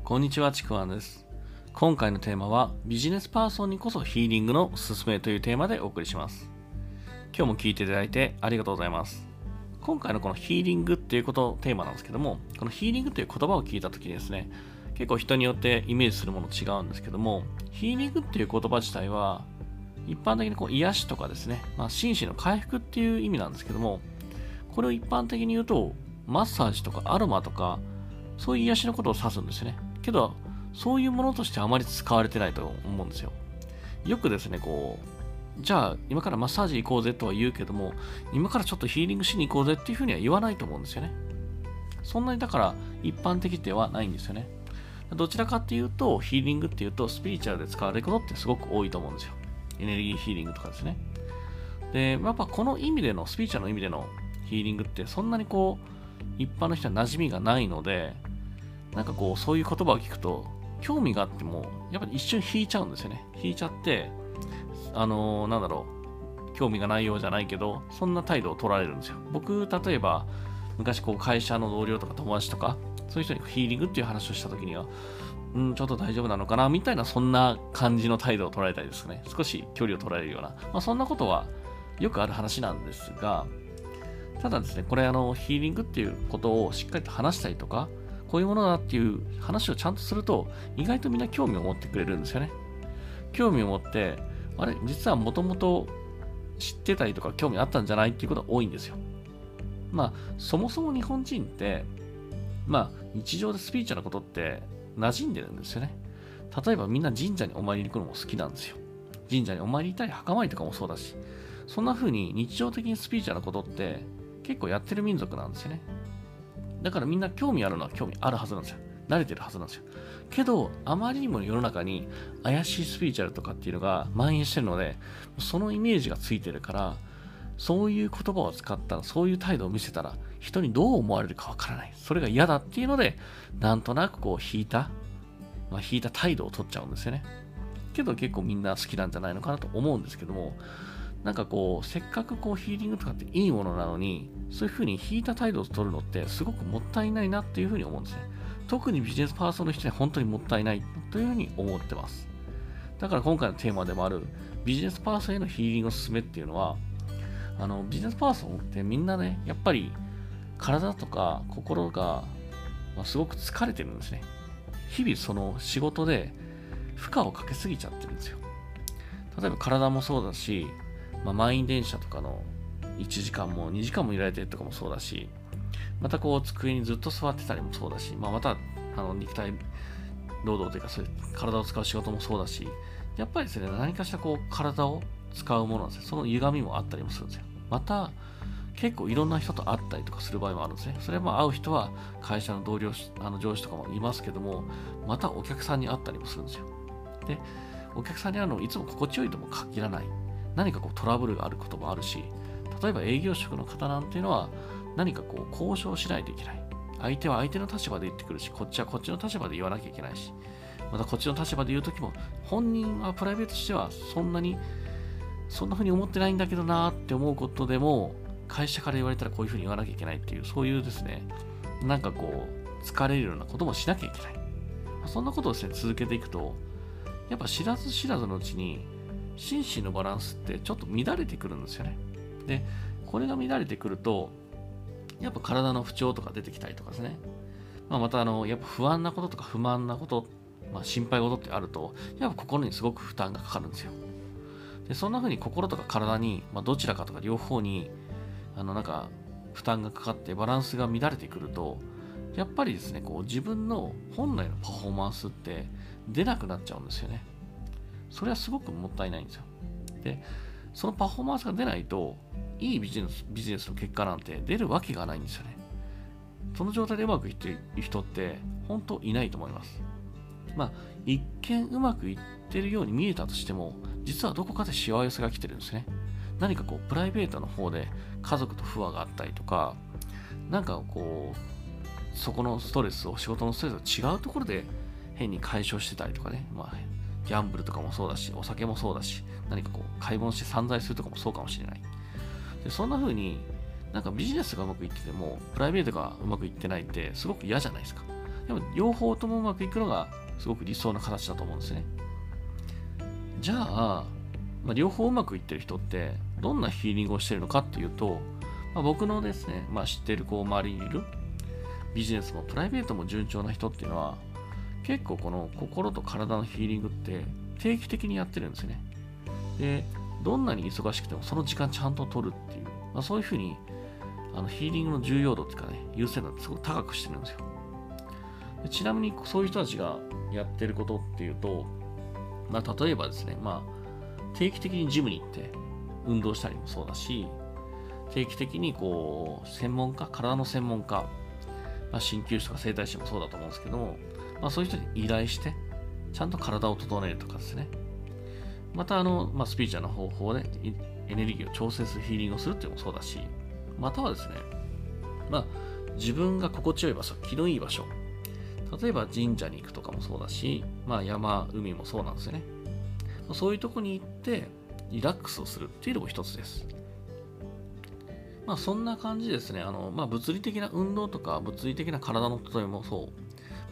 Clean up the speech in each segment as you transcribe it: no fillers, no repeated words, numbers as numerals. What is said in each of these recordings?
こんにちは、ちくわんです。今回のテーマはビジネスパーソンにこそヒーリングのおすすめというテーマでお送りします。今日も聞いていただいてありがとうございます。今回のこのヒーリングっていうことテーマなんですけども、このヒーリングという言葉を聞いたときにですね、結構人によってイメージするもの違うんですけども、ヒーリングっていう言葉自体は一般的に癒しとかですね、心身の回復っていう意味なんですけども、これを一般的に言うとマッサージとかアロマとかそういう癒しのことを指すんですね。けどそういうものとしてあまり使われてないと思うんですよ。よくですね、じゃあ今からマッサージ行こうぜとは言うけども、今からちょっとヒーリングしに行こうぜっていうふうには言わないと思うんですよね。そんなにだから一般的ではないんですよね。どちらかっていうと、ヒーリングっていうとスピリチュアルで使われることってすごく多いと思うんですよ。エネルギーヒーリングとかですね。で、やっぱこの意味での、スピリチュアルの意味でのヒーリングってそんなに一般の人は馴染みがないので、そういう言葉を聞くと、興味があっても、やっぱり一瞬引いちゃうんですよね。引いちゃって、興味がないようじゃないけど、そんな態度を取られるんですよ。僕、例えば、昔会社の同僚とか友達とか、そういう人にヒーリングっていう話をしたときには、ちょっと大丈夫なのかなみたいな、そんな感じの態度を取られたりですね。少し距離を取られるような、そんなことはよくある話なんですが、ただですね、これヒーリングっていうことをしっかりと話したりとか、こういうものだっていう話をちゃんとすると、意外とみんな興味を持ってくれるんですよね。興味を持って、あれ、実はもともと知ってたりとか興味あったんじゃないっていうことが多いんですよ。そもそも日本人って、日常でスピリチュアルなことって馴染んでるんですよね。例えばみんな神社にお参りに行くのも好きなんですよ。神社にお参り行ったり墓参りとかもそうだし、そんな風に日常的にスピリチュアルなことって結構やってる民族なんですよね。だからみんな興味あるのは興味あるはずなんですよ。慣れてるはずなんですよ。けど、あまりにも世の中に怪しいスピリチュアルとかっていうのが蔓延してるので、そのイメージがついてるから、そういう言葉を使ったら、そういう態度を見せたら、人にどう思われるかわからない。それが嫌だっていうので、なんとなく引いた態度を取っちゃうんですよね。けど結構みんな好きなんじゃないのかなと思うんですけども、せっかくヒーリングとかっていいものなのに、そういう風に引いた態度を取るのってすごくもったいないなっていう風に思うんですね。特にビジネスパーソンの人には本当にもったいないという風に思ってます。だから今回のテーマでもあるビジネスパーソンへのヒーリングの勧めっていうのは、ビジネスパーソンってみんなね、やっぱり体とか心が、すごく疲れてるんですね。日々その仕事で負荷をかけすぎちゃってるんですよ。例えば体もそうだし、満員電車とかの1時間も2時間もいられてるとかもそうだし、また机にずっと座ってたりもそうだし、また肉体労働というかそういう体を使う仕事もそうだし、やっぱりですね、何かしら体を使うものなんですよ。その歪みもあったりもするんですよ。また結構いろんな人と会ったりとかする場合もあるんですね。それは会う人は会社の同僚、上司とかもいますけども、またお客さんに会ったりもするんですよ。で、お客さんに会うのもいつも心地よいとも限らない。何かトラブルがあることもあるし、例えば営業職の方なんていうのは何か交渉しないといけない。相手は相手の立場で言ってくるし、こっちはこっちの立場で言わなきゃいけないし、またこっちの立場で言うときも、本人はプライベートとしてはそんな風に思ってないんだけどなーって思うことでも、会社から言われたらこういう風に言わなきゃいけないっていう、そういうですね、疲れるようなこともしなきゃいけない。そんなことをですね、続けていくと、やっぱ知らず知らずのうちに、心身のバランスってちょっと乱れてくるんですよね。で、これが乱れてくると、やっぱ体の不調とか出てきたりとかですね。またやっぱ不安なこととか不満なこと、心配事ってあると、やっぱ心にすごく負担がかかるんですよ。で、そんな風に心とか体に、どちらかとか両方に、負担がかかってバランスが乱れてくると、やっぱりですね、自分の本来のパフォーマンスって出なくなっちゃうんですよね。それはすごくもったいないんですよ。で、そのパフォーマンスが出ないと、いいビジネスの結果なんて出るわけがないんですよね。その状態でうまくいっている人って本当いないと思います。一見うまくいってるように見えたとしても、実はどこかでしわ寄せが来てるんですね。何かプライベートの方で家族と不和があったりとか、そこのストレスを、仕事のストレスを違うところで変に解消してたりとかね、ギャンブルとかもそうだし、お酒もそうだし、何か買い物して散財するとかもそうかもしれない。で、そんな風にビジネスがうまくいっててもプライベートがうまくいってないってすごく嫌じゃないですか。 でも両方ともうまくいくのがすごく理想な形だと思うんですね。じゃあ、両方うまくいってる人ってどんなヒーリングをしているのかっていうと、僕のですね、知っている周りにいるビジネスもプライベートも順調な人っていうのは結構この心と体のヒーリングって定期的にやってるんですよね。で、どんなに忙しくてもその時間ちゃんと取るっていう、そういうふうにヒーリングの重要度っていうかね、優先度ってすごく高くしてるんですよ。でちなみにそういう人たちがやってることっていうと、例えばですね、定期的にジムに行って運動したりもそうだし、定期的に体の専門家、鍼灸師とか整体師もそうだと思うんですけども、そういう人に依頼して、ちゃんと体を整えるとかですね。またスピリチュアルな方法でエネルギーを調整するヒーリングをするっていうのもそうだし、またはですね、自分が心地よい場所、気のいい場所、例えば神社に行くとかもそうだし、山、海もそうなんですよね。そういうとこに行ってリラックスをするっていうのも一つです。そんな感じですね。物理的な運動とか物理的な体の整えもそう。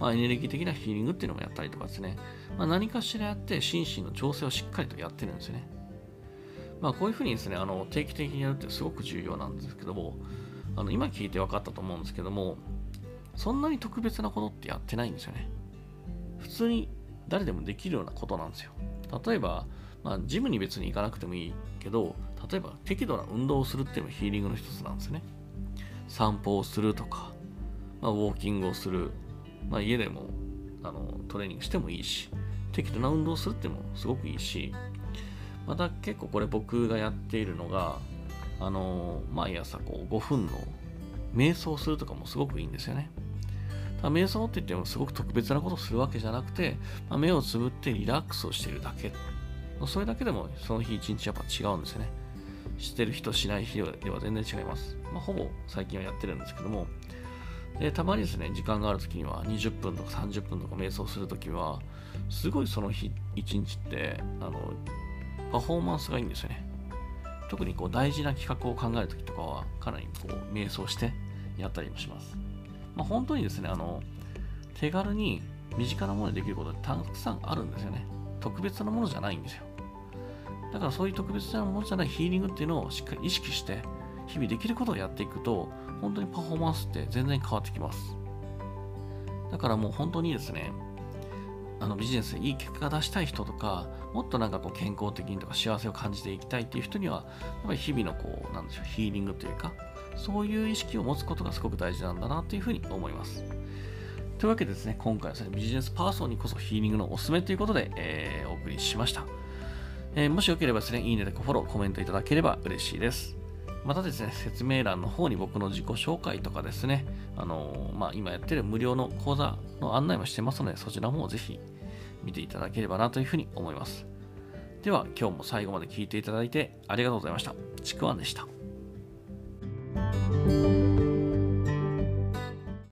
エネルギー的なヒーリングっていうのもやったりとかですね。何かしらやって心身の調整をしっかりとやってるんですよね。こういうふうにですね、定期的にやるってすごく重要なんですけども、今聞いて分かったと思うんですけども、そんなに特別なことってやってないんですよね。普通に誰でもできるようなことなんですよ。例えば、ジムに別に行かなくてもいいけど、例えば適度な運動をするっていうのもヒーリングの一つなんですよね。散歩をするとか、ウォーキングをする、家でもトレーニングしてもいいし、適度な運動をするっていうのもすごくいいし、また結構これ僕がやっているのが、毎朝5分の瞑想をするとかもすごくいいんですよね。瞑想って言ってもすごく特別なことをするわけじゃなくて、目をつぶってリラックスをしているだけ。それだけでもその日一日やっぱ違うんですよね。してる人しない日では全然違います。ほぼ最近はやってるんですけども、でたまにですね、時間がある時には20分とか30分とか瞑想する時は、すごいその日一日ってパフォーマンスがいいんですよね。特に大事な企画を考える時とかはかなり瞑想してやったりもします。本当にですね、手軽に身近なものでできることってたくさんあるんですよね。特別なものじゃないんですよ。だからそういう特別なものじゃないヒーリングっていうのをしっかり意識して日々できることをやっていくと、本当にパフォーマンスって全然変わってきます。だからもう本当にですね、ビジネスでいい結果が出したい人とか、もっと健康的にとか幸せを感じていきたいっていう人には、やっぱり日々のヒーリングというか、そういう意識を持つことがすごく大事なんだなというふうに思います。というわけでですね、今回はですね、ビジネスパーソンにこそヒーリングのおすすめということで、お送りしました。もしよければですね、いいねでフォロー、コメントいただければ嬉しいです。またですね、説明欄の方に僕の自己紹介とかですね、今やってる無料の講座の案内もしてますので、そちらもぜひ見ていただければなというふうに思います。では、今日も最後まで聞いていただいてありがとうございました。ちくわんでした。